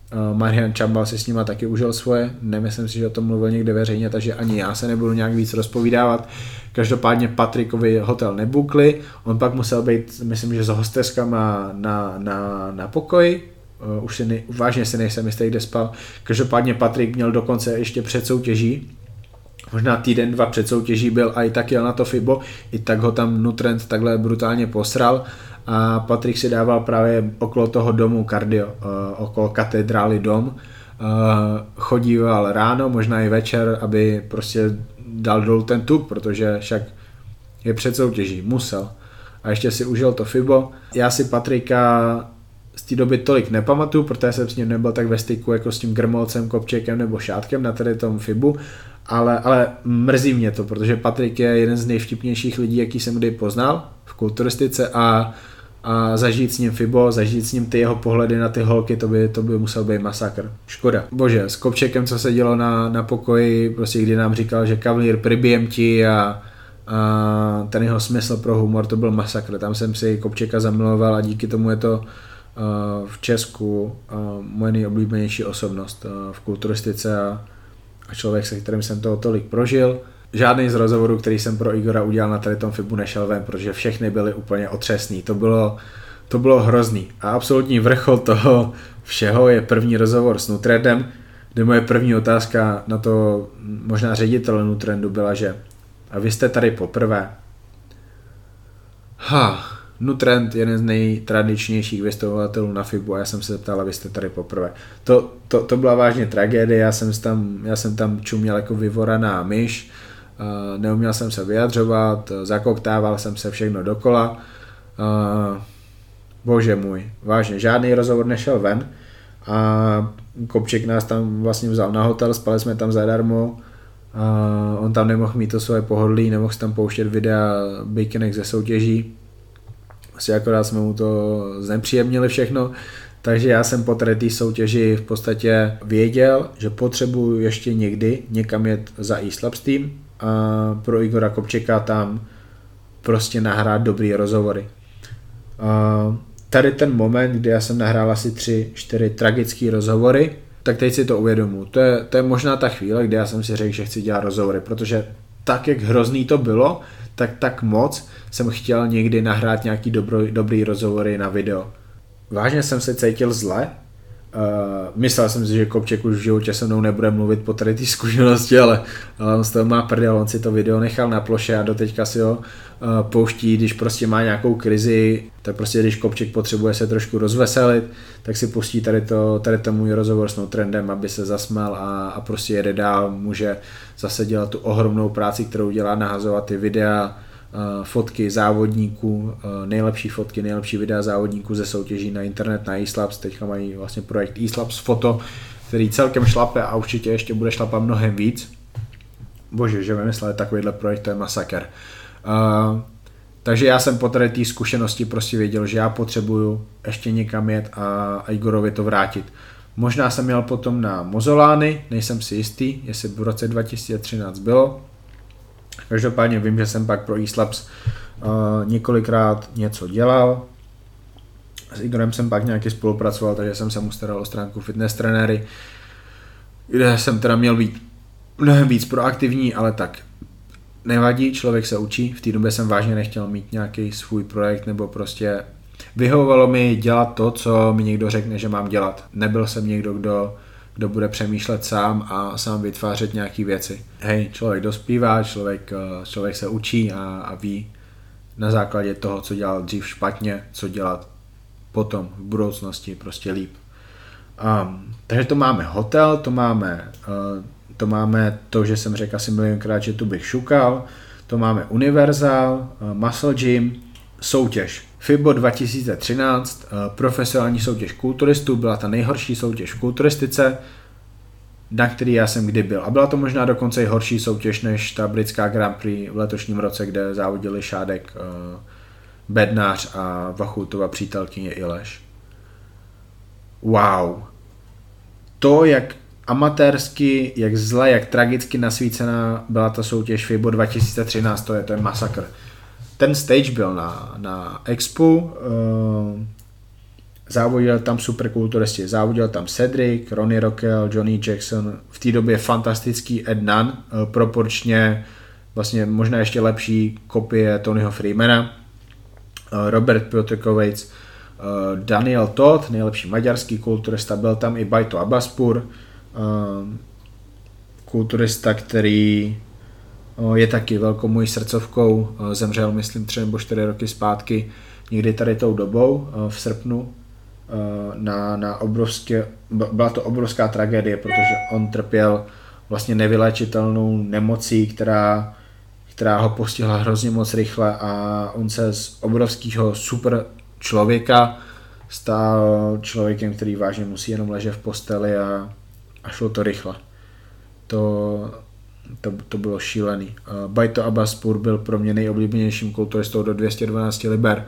Marian Čambal si s nima taky užil svoje, nemyslím si, že o tom mluvil někde veřejně, takže ani já se nebudu nějak víc rozpovídávat. Každopádně Patrikovi hotel nebukli, on pak musel být, myslím, že s hosteskama na pokoji, vážně si nejsem jistý, kde spal. Každopádně Patrik měl dokonce ještě před soutěží, možná týden, 2 před soutěží byl a i tak jel na to FIBO, i tak ho tam Nutrend takhle brutálně posral a Patrik si dával právě okolo toho domu kardio, okolo katedrály dom, chodíval ráno, možná i večer, aby prostě dal dolů ten tuk, protože však je před soutěží, musel. A ještě si užil to FIBO. Já si Patrika z té doby tolik nepamatuju, protože jsem s ním nebyl tak ve styku jako s tím Grmolcem, Kopčekem nebo Šátkem na tady tom FIBu, ale mrzí mě to, protože Patrik je jeden z nejvtipnějších lidí, jaký jsem kdy poznal v kulturistice a zažít s ním FIBO, zažít s ním ty jeho pohledy na ty holky, to by musel být masakr. Škoda. Bože, s Kopčekem, co se dělo na pokoji, prostě kdy nám říkal, že Kavlír přibijem ti a ten jeho smysl pro humor, to byl masakr. Tam jsem si Kopčeka zamiloval a díky tomu je to v Česku moje nejoblíbenější osobnost v kulturistice a člověk, se kterým jsem toho tolik prožil. Žádný z rozhovorů, který jsem pro Igora udělal na tady tom FIBu, nešel ven, protože všechny byly úplně otřesný. To bylo hrozný. A absolutní vrchol toho všeho je první rozhovor s Nutrendem, kde moje první otázka na to možná ředitele Nutrendu byla, že a vy jste tady poprvé. Nutrend je jeden z nejtradičnějších vystupovatelů na FIBu a já jsem se zeptal, a vy jste tady poprvé. To byla vážně tragédie, já jsem tam čuměl jako vyvoraná myš, neuměl jsem se vyjadřovat, zakoktával jsem se všechno dokola. Bože můj, vážně, žádný rozhovor nešel ven a Kopček nás tam vlastně vzal na hotel, spali jsme tam zadarmo. On tam nemohl mít to svoje pohodlí, nemohl tam pouštět videa bikinek ze soutěží. Vlastně akorát jsme mu to znepříjemnili všechno, takže já jsem po té soutěži v podstatě věděl, že potřebuju ještě někdy někam jet za eSlabs Team a pro Igora Kopčeka tam prostě nahrát dobrý rozhovory. Tady ten moment, kdy já jsem nahrál asi 3-4 tragické rozhovory, tak teď si to uvědomuji. To je možná ta chvíle, kdy já jsem si řekl, že chci dělat rozhovory, protože tak, jak hrozný to bylo, tak moc jsem chtěl někdy nahrát nějaký dobrý rozhovory na video. Vážně jsem se cítil zle. Myslel jsem si, že Kopček už v životě se mnou nebude mluvit po tady té zkušenosti, ale on z toho má prdel, on si to video nechal na ploše a doteďka si ho pouští, když prostě má nějakou krizi, tak prostě když Kopček potřebuje se trošku rozveselit, tak si pustí tady to můj rozhovor s Nutrendem, aby se zasmál a prostě jede dál, může zase dělat tu ohromnou práci, kterou dělá, nahazovat ty videa, fotky závodníků, nejlepší fotky, nejlepší videa závodníků ze soutěží na internet, na eSlabs, teďka mají vlastně projekt eSlabs Foto, který celkem šlape a určitě ještě bude šlapat mnohem víc. Bože, že vymysleli takovýhle projekt, to je masakr. Takže já jsem po tady té zkušenosti prostě věděl, že já potřebuju ještě někam jet a Igorovi to vrátit. Možná jsem měl potom na Mozolány, nejsem si jistý, jestli v roce 2013 bylo. Každopádně vím, že jsem pak pro eSlabs několikrát něco dělal. S Igorem jsem pak nějaký spolupracoval, takže jsem se mu staral o stránku fitness trenéry, kde jsem teda měl být mnohem víc proaktivní, ale tak nevadí, člověk se učí. V té době jsem vážně nechtěl mít nějaký svůj projekt, nebo prostě vyhovovalo mi dělat to, co mi někdo řekne, že mám dělat. Nebyl jsem někdo, kdo bude přemýšlet sám a sám vytvářet nějaké věci. Hej, člověk dospívá, člověk se učí a ví na základě toho, co dělal dřív špatně, co dělat potom v budoucnosti prostě líp. Takže to máme hotel, to máme to, že jsem řekl asi milionkrát, že tu bych šukal, to máme Univerzál, Muscle Gym, soutěž. FIBO 2013, profesionální soutěž kulturistů, byla ta nejhorší soutěž v kulturistice, na který já jsem kdy byl. A byla to možná dokonce i horší soutěž než ta britská Grand Prix v letošním roce, kde závodili Šádek, Bednář a Vachultova přítelkyně Ileš. Wow. To, jak amatérsky, jak zle, jak tragicky nasvícená byla ta soutěž FIBO 2013, to je masakr. Ten stage byl na Expo, Závodil tam superkulturisti, závodil tam Cedric, Ronnie Rockwell, Johnny Jackson, v té době fantastický Ed Nunn, proporčně vlastně možná ještě lepší kopie Tonyho Freemana, Robert Piotrkovic, Daniel Todt, nejlepší maďarský kulturista, byl tam i Bajto Abaspur, kulturista, který je taky velkou mojí srdcovkou, zemřel myslím 3 nebo 4 roky zpátky, někdy tady tou dobou v srpnu, na obrovské, byla to obrovská tragédie, protože on trpěl vlastně nevyléčitelnou nemocí, která ho postihla hrozně moc rychle a on se z obrovského super člověka stal člověkem, který vážně musí jenom ležet v posteli a šlo to rychle. To bylo šílený. Bajto Abaspur byl pro mě nejoblíbenějším kulturistou do 212 liber.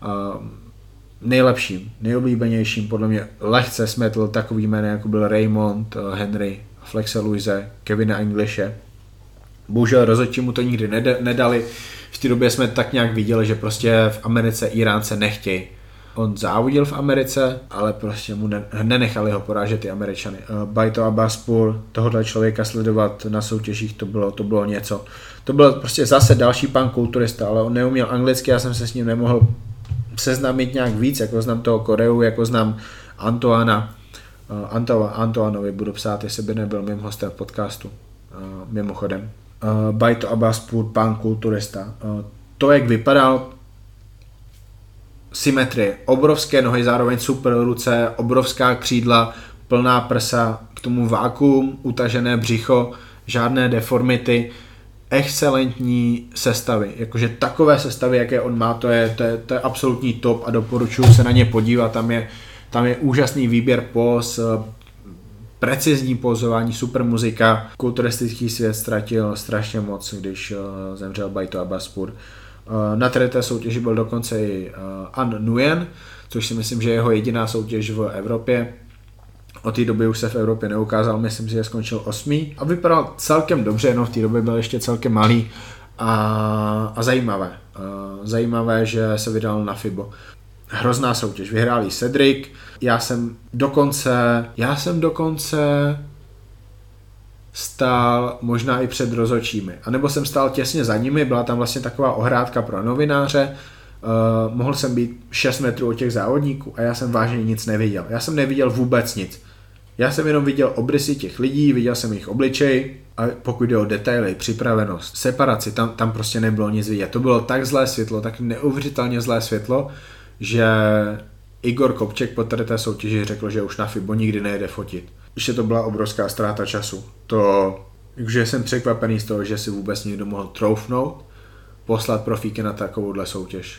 Nejoblíbenějším podle mě lehce smetl takový jmény, jako byl Raymond, Henry, Flexe Louise, Kevina Englishe. Bohužel rozhodčí mu to nikdy nedali. V té době jsme tak nějak viděli, že prostě v Americe Iránce nechtějí. On závodil v Americe, ale prostě mu nenechali ho porážet ty Američany. Bajto Abaspur, tohohle člověka sledovat na soutěžích, to bylo něco. To byl prostě zase další pan kulturista, ale on neuměl anglicky, já jsem se s ním nemohl seznámit nějak víc, jako znám toho Koreu, jako znám Antoana. Antoanovi budu psát, jestli by nebyl mým hostem v podcastu. Mimochodem. Bajto Abaspur, pán kulturista. To, jak vypadal, symetrie, obrovské nohy, zároveň super ruce, obrovská křídla, plná prsa, k tomu vákuum, utažené břicho, žádné deformity, excelentní sestavy, jakože takové sestavy, jaké on má, to je absolutní top a doporučuji se na ně podívat, tam je úžasný výběr póz, precizní pózování, super muzika. Kulturistický svět ztratil strašně moc, když zemřel Bajto Abaspur. Na té soutěži byl dokonce i An Nguyen, což si myslím, že je jeho jediná soutěž v Evropě. Od té doby už se v Evropě neukázal, myslím si, že skončil 8. a vypadal celkem dobře, jenom v té době byl ještě celkem malý a zajímavé. Zajímavé, že se vydal na FIBO. Hrozná soutěž, vyhrál jí Cedric, já jsem dokonce stál možná i před rozhodčími, anebo jsem stál těsně za nimi, byla tam vlastně taková ohrádka pro novináře, mohl jsem být 6 metrů od těch závodníků a já jsem vážně nic neviděl. Já jsem neviděl vůbec nic. Já jsem jenom viděl obrysy těch lidí, viděl jsem jejich obličej a pokud jde o detaily, připravenost, separaci, tam prostě nebylo nic vidět. To bylo tak zlé světlo, tak neuvěřitelně zlé světlo, že Igor Kopček po té soutěži řekl, že už na FIBO nikdy nejede fotit. Ještě to byla obrovská ztráta času. Takže jsem překvapený z toho, že si vůbec někdo mohl troufnout poslat profíky na takovouhle soutěž.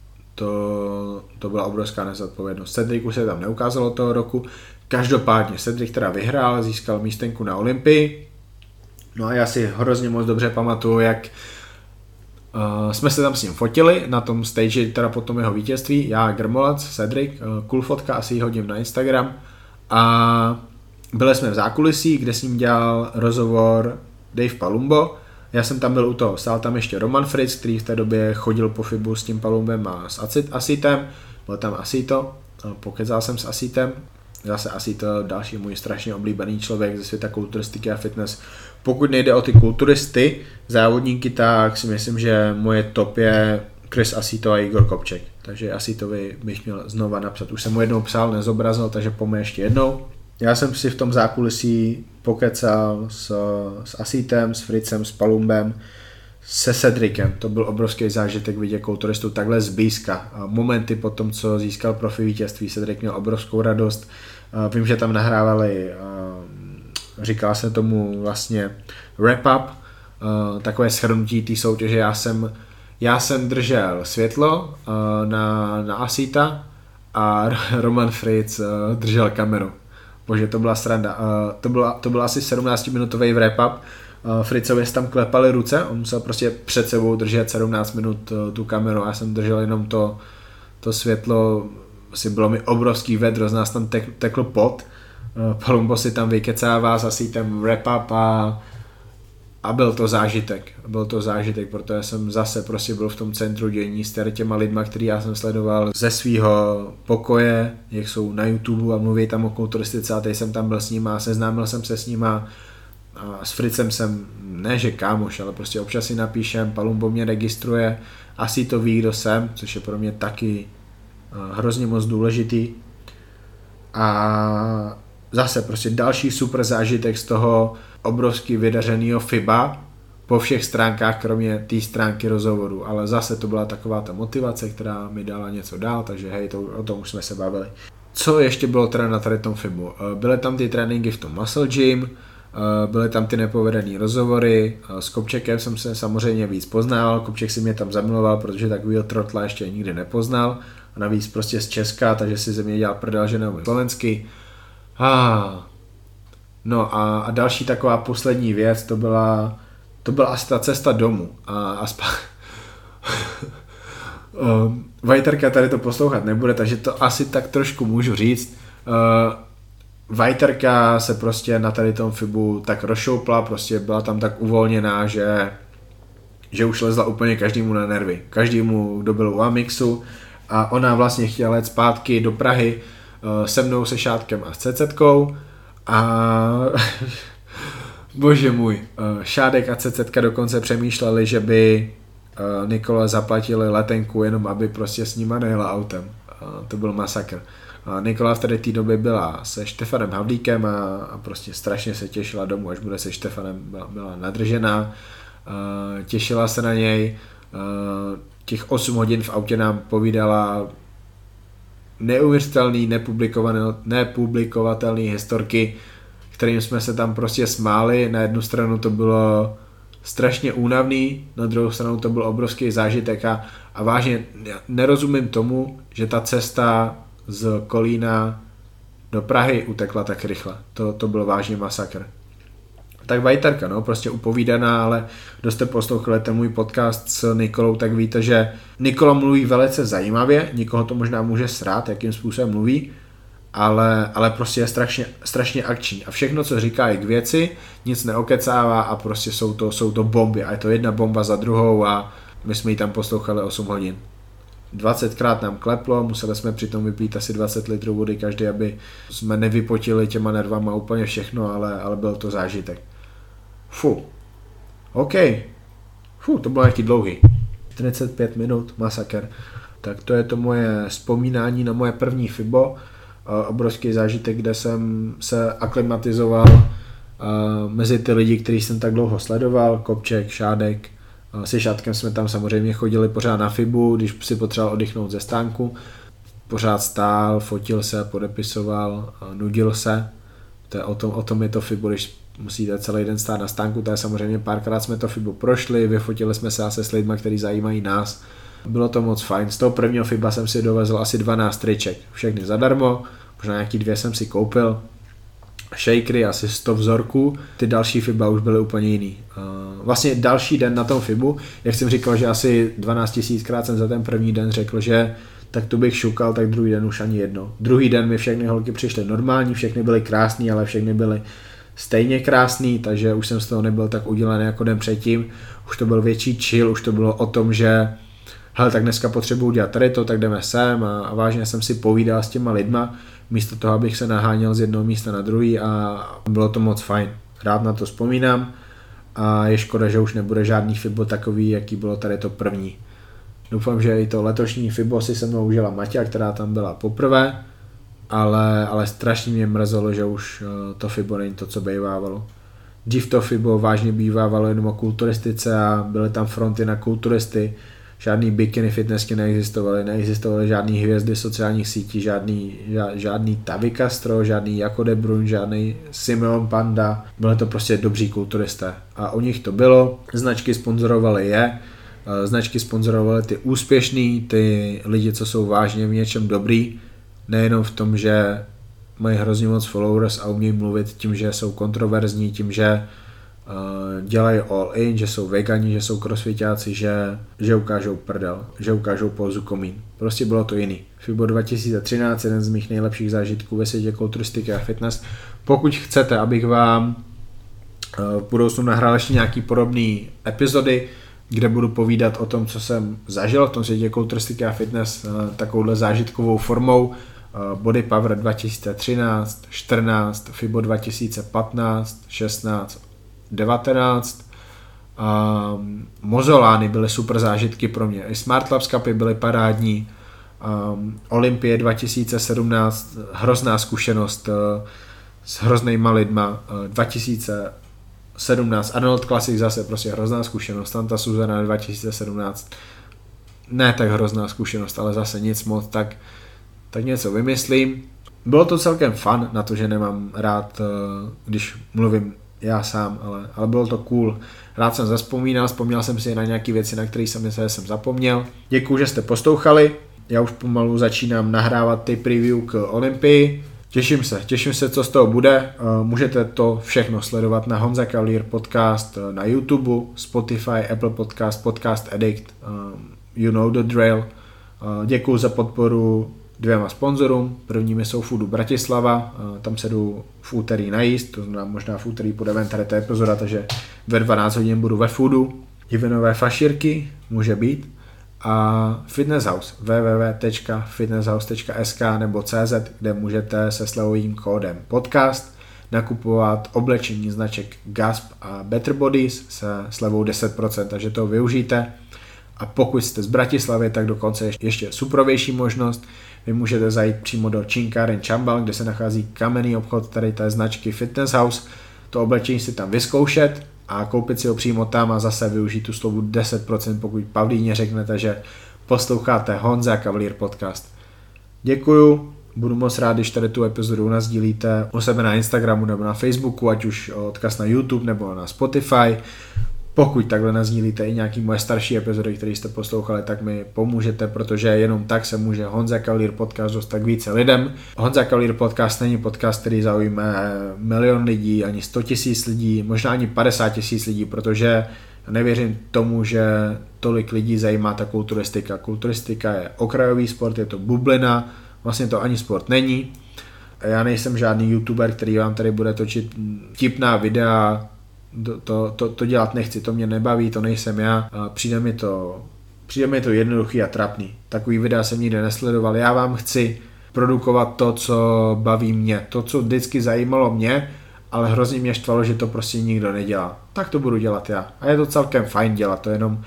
To byla obrovská nezodpovědnost. Cedric už se tam neukázalo toho roku. Každopádně Cedric teda vyhrál, získal místenku na Olympii. No a já si hrozně moc dobře pamatuju, jak jsme se tam s ním fotili na tom stage, teda po tom jeho vítězství, já Grmolac, Cedric, cool fotka, asi ji hodím na Instagram a byli jsme v zákulisí, kde s ním dělal rozhovor Dave Palumbo, já jsem tam byl u toho, stál tam ještě Roman Fritz, který v té době chodil po FIBu s tím Palumbem a s Asitem, byl tam Asito, pokecal jsem s Asitem, zase Asito, další můj strašně oblíbený člověk ze světa kulturistiky a fitness. Pokud nejde o ty kulturisty, závodníky, tak si myslím, že moje top je Chris Asito a Igor Kopček. Takže Asitovi bych měl znova napsat. Už jsem mu jednou psal, nezobrazil, takže pomůže ještě jednou. Já jsem si v tom zákulisí pokecal s Asitem, s Fritzem, s Palumbem, se Cedricem. To byl obrovský zážitek vidět kulturistu takhle zblízka. Momenty po tom, co získal profi vítězství, Cedric měl obrovskou radost. Vím, že tam nahrávali, říká se tomu vlastně wrap-up, takové shrnutí té soutěže. Já jsem držel světlo na Asita a Roman Fritz držel kameru. Bože, to byla sranda. To byl asi 17-minutový wrap-up. Fritzovi tam klepaly ruce, on musel prostě před sebou držet 17 minut tu kameru. Já jsem držel jenom to světlo, asi bylo mi obrovský vedro, z nás tam tekl pot. Palumbo si tam vykecává s Asitem wrap-up a A byl to zážitek, protože jsem zase prostě byl v tom centru dění s těma lidma, který já jsem sledoval ze svého pokoje, jak jsou na YouTube a mluví tam o kulturistice a teď jsem tam byl s nima, seznámil jsem se s nima a s Fritzem jsem, ne že kámoš, ale prostě občas si napíšem, Palumbo mě registruje, asi to ví, kdo jsem, což je pro mě taky hrozně moc důležitý. A zase prostě další super zážitek z toho obrovsky vydařeného FIBA po všech stránkách, kromě té stránky rozhovoru, ale zase to byla taková ta motivace, která mi dala něco dál, takže hej, o tom už jsme se bavili. Co ještě bylo teda na tady tom FIBu? Byly tam ty tréninky v tom Muscle Gym, byly tam ty nepovedené rozhovory, s Kopčekem jsem se samozřejmě víc poznával, Kopček si mě tam zamiloval, protože takovýho trotla ještě nikdy nepoznal, a navíc prostě z Česka, takže si ze mě dělal prdel, že neumím slovensky. No a další taková poslední věc, to byla asi ta cesta domů a Vajterka tady to poslouchat nebude, takže to asi tak trošku můžu říct. Vajterka se prostě na tady tom FIBu tak rozšoupla, prostě byla tam tak uvolněná, že už lezla úplně každému na nervy. Každému, kdo byl u Amixu, a ona vlastně chtěla jet zpátky do Prahy se mnou, se Šátkem a s CCetkou a bože můj, Šádek a CCetka dokonce přemýšleli, že by Nikole zaplatili letenku jenom, aby prostě s nima nejela autem. To byl masakr. Nikola v té době byla se Štefanem Havlíkem a prostě strašně se těšila domů, až bude se Štefanem, byla nadržená, těšila se na něj, těch 8 hodin v autě nám povídala neuvěřitelný, nepublikovatelný historky, kterým jsme se tam prostě smáli. Na jednu stranu to bylo strašně únavný, na druhou stranu to byl obrovský zážitek a vážně nerozumím tomu, že ta cesta z Kolína do Prahy utekla tak rychle. To byl vážně masakr. Tak Vajterka, no, prostě upovídaná, ale kdo jste poslouchali ten můj podcast s Nikolou, tak víte, že Nikola mluví velice zajímavě, nikoho to možná může srát, jakým způsobem mluví, ale prostě je strašně akční a všechno, co říká, je k věci, nic neokecává a prostě jsou to bomby a je to jedna bomba za druhou a my jsme ji tam poslouchali 8 hodin. 20krát nám kleplo, museli jsme přitom vypít asi 20 litrů vody každý, aby jsme nevypotili těma nervama úplně všechno, ale byl to zážitek. OK. To bylo nějaký dlouhý. 45 minut, masakr. Tak to je to moje vzpomínání na moje první FIBO. Obrovský zážitek, kde jsem se aklimatizoval mezi ty lidi, který jsem tak dlouho sledoval, Kopček, Šádek. Se Šátkem jsme tam samozřejmě chodili pořád na FIBu, když si potřeboval oddychnout ze stánku. Pořád stál, fotil se, podepisoval, nudil se. O tom je to FIBu, když musíte celý den stát na stánku, tak samozřejmě párkrát jsme to FIBu prošli, vyfotili jsme se s lidmi, kteří zajímají nás. Bylo to moc fajn. Z toho prvního FIBa jsem si dovezl asi 12 triček, všechny zadarmo, možná nějaký 2 jsem si koupil. Shakery, asi 100 vzorků, ty další FIBa už byly úplně jiný. Vlastně další den na tom FIBu, jak jsem říkal, že asi 12 000krát jsem za ten první den řekl, že tak tu bych šukal, tak druhý den už ani jedno. Druhý den mi všechny holky přišly normální, všechny byly krásný, ale všechny byly stejně krásný, takže už jsem z toho nebyl tak udělaný jako den předtím. Už to byl větší chill, už to bylo o tom, že hele, tak dneska potřebuji dělat tady to, tak jdeme sem a vážně jsem si povídal s těma lidma, místo toho, abych se naháněl z jednoho místa na druhý a bylo to moc fajn. Rád na to vzpomínám a je škoda, že už nebude žádný FIBO takový, jaký bylo tady to první. Doufám, že i to letošní FIBO si se mnou užila Maťa, která tam byla poprvé, ale strašně mě mrzelo, že už to FIBO není to, co bývávalo. Dřív to FIBO vážně bývávalo jenom o kulturistice a byly tam fronty na kulturisty, žádný bikini fitnessky neexistovaly žádný hvězdy sociálních sítí, žádný Tavi Castro, žádný Jako De Bruyne, žádný Simeon Panda, byly to prostě dobří kulturisté a u nich to bylo, značky sponzorovaly značky sponzorovaly ty úspěšný, ty lidi, co jsou vážně v něčem dobrý, nejenom v tom, že mají hrozně moc followers a umějí mluvit tím, že jsou kontroverzní, tím, že dělají all in, že jsou vegani, že jsou crossfitáci, že ukážou prdel, že ukážou pózu komín. Prostě bylo to jiný. FIBO 2013, jeden z mých nejlepších zážitků ve světě kulturistiky a fitness. Pokud chcete, abych vám V budoucnu nahrál ještě nějaký podobný epizody, kde budu povídat o tom, co jsem zažil v tom světě kulturistiky a fitness takovouhle zážitkovou formou. Body Power 2013, 14, FIBO 2015, 16, 19. Mozolány byly super zážitky pro mě. I Smart Labs Cupy byly parádní. Olympie 2017, hrozná zkušenost s hroznýma lidma. 2017 Arnold Classic zase prostě hrozná zkušenost. Santa Susana 2017 ne tak hrozná zkušenost, ale zase nic moc, tak něco vymyslím. Bylo to celkem fun, na to, že nemám rád, když mluvím já sám, ale bylo to cool. Rád jsem vzpomněl jsem si na nějaké věci, na které jsem myslel, že jsem zapomněl. Děkuju, že jste poslouchali. Já už pomalu začínám nahrávat ty preview k Olympii. Těším se, co z toho bude. Můžete to všechno sledovat na Honza Cavalier Podcast, na YouTube, Spotify, Apple Podcast, Podcast Addict, you know the drill. Děkuju za podporu 2 sponzorům. Prvními jsou Foodu Bratislava, tam se jdu v úterý najíst, to znamená možná v úterý bude ven tady ta epizoda, takže ve 12 hodin budu ve Foodu. Divinové fašírky, může být. A Fitness House, www.fitnesshouse.sk nebo CZ, kde můžete se slevovým kódem podcast nakupovat oblečení značek Gasp a Better Bodies se slevou 10%, takže to využijte. A pokud jste z Bratislavy, tak dokonce ještě suprovější možnost. Vy můžete zajít přímo do Činkáren Čambal, kde se nachází kamenný obchod tady té značky Fitness House. To oblečení si tam vyzkoušet a koupit si ho přímo tam a zase využít tu slovu 10%, pokud Pavlíně řeknete, že posloucháte Honza Cavalier Podcast. Děkuju, budu moc rád, když tady tu epizodu nasdílíte u sebe na Instagramu nebo na Facebooku, ať už odkaz na YouTube nebo na Spotify. Pokud takhle nasdílíte i nějaký moje starší epizody, které jste poslouchali, tak mi pomůžete, protože jenom tak se může Honza Cavalier Podcast dostat k více lidem. Honza Cavalier Podcast není podcast, který zaujme 1 milion lidí, ani 100 000 lidí, možná ani 50 000 lidí, protože nevěřím tomu, že tolik lidí zajímá ta kulturistika. Kulturistika je okrajový sport, je to bublina, vlastně to ani sport není. Já nejsem žádný youtuber, který vám tady bude točit vtipná videa. To dělat nechci, to mě nebaví, to nejsem já. Přijde mi to jednoduchý a trapný. Takový videa jsem nikdy nesledoval. Já vám chci produkovat to, co baví mě, to, co vždycky zajímalo mě, ale hrozně mě štvalo, že to prostě nikdo nedělá. Tak to budu dělat já. A je to celkem fajn dělat, to jenom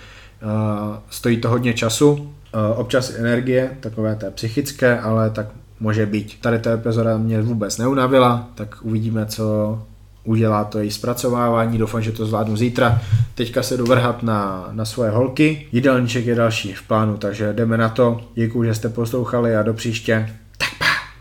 stojí to hodně času, občas energie, takové té psychické, ale tak může být. Tady ta epizoda mě vůbec neunavila, tak uvidíme, co udělá to její zpracovávání, doufám, že to zvládnu zítra. Teďka se jdu vrhat na svoje holky. Jídelníček je další v plánu, takže jdeme na to. Děkuju, že jste poslouchali a do příště.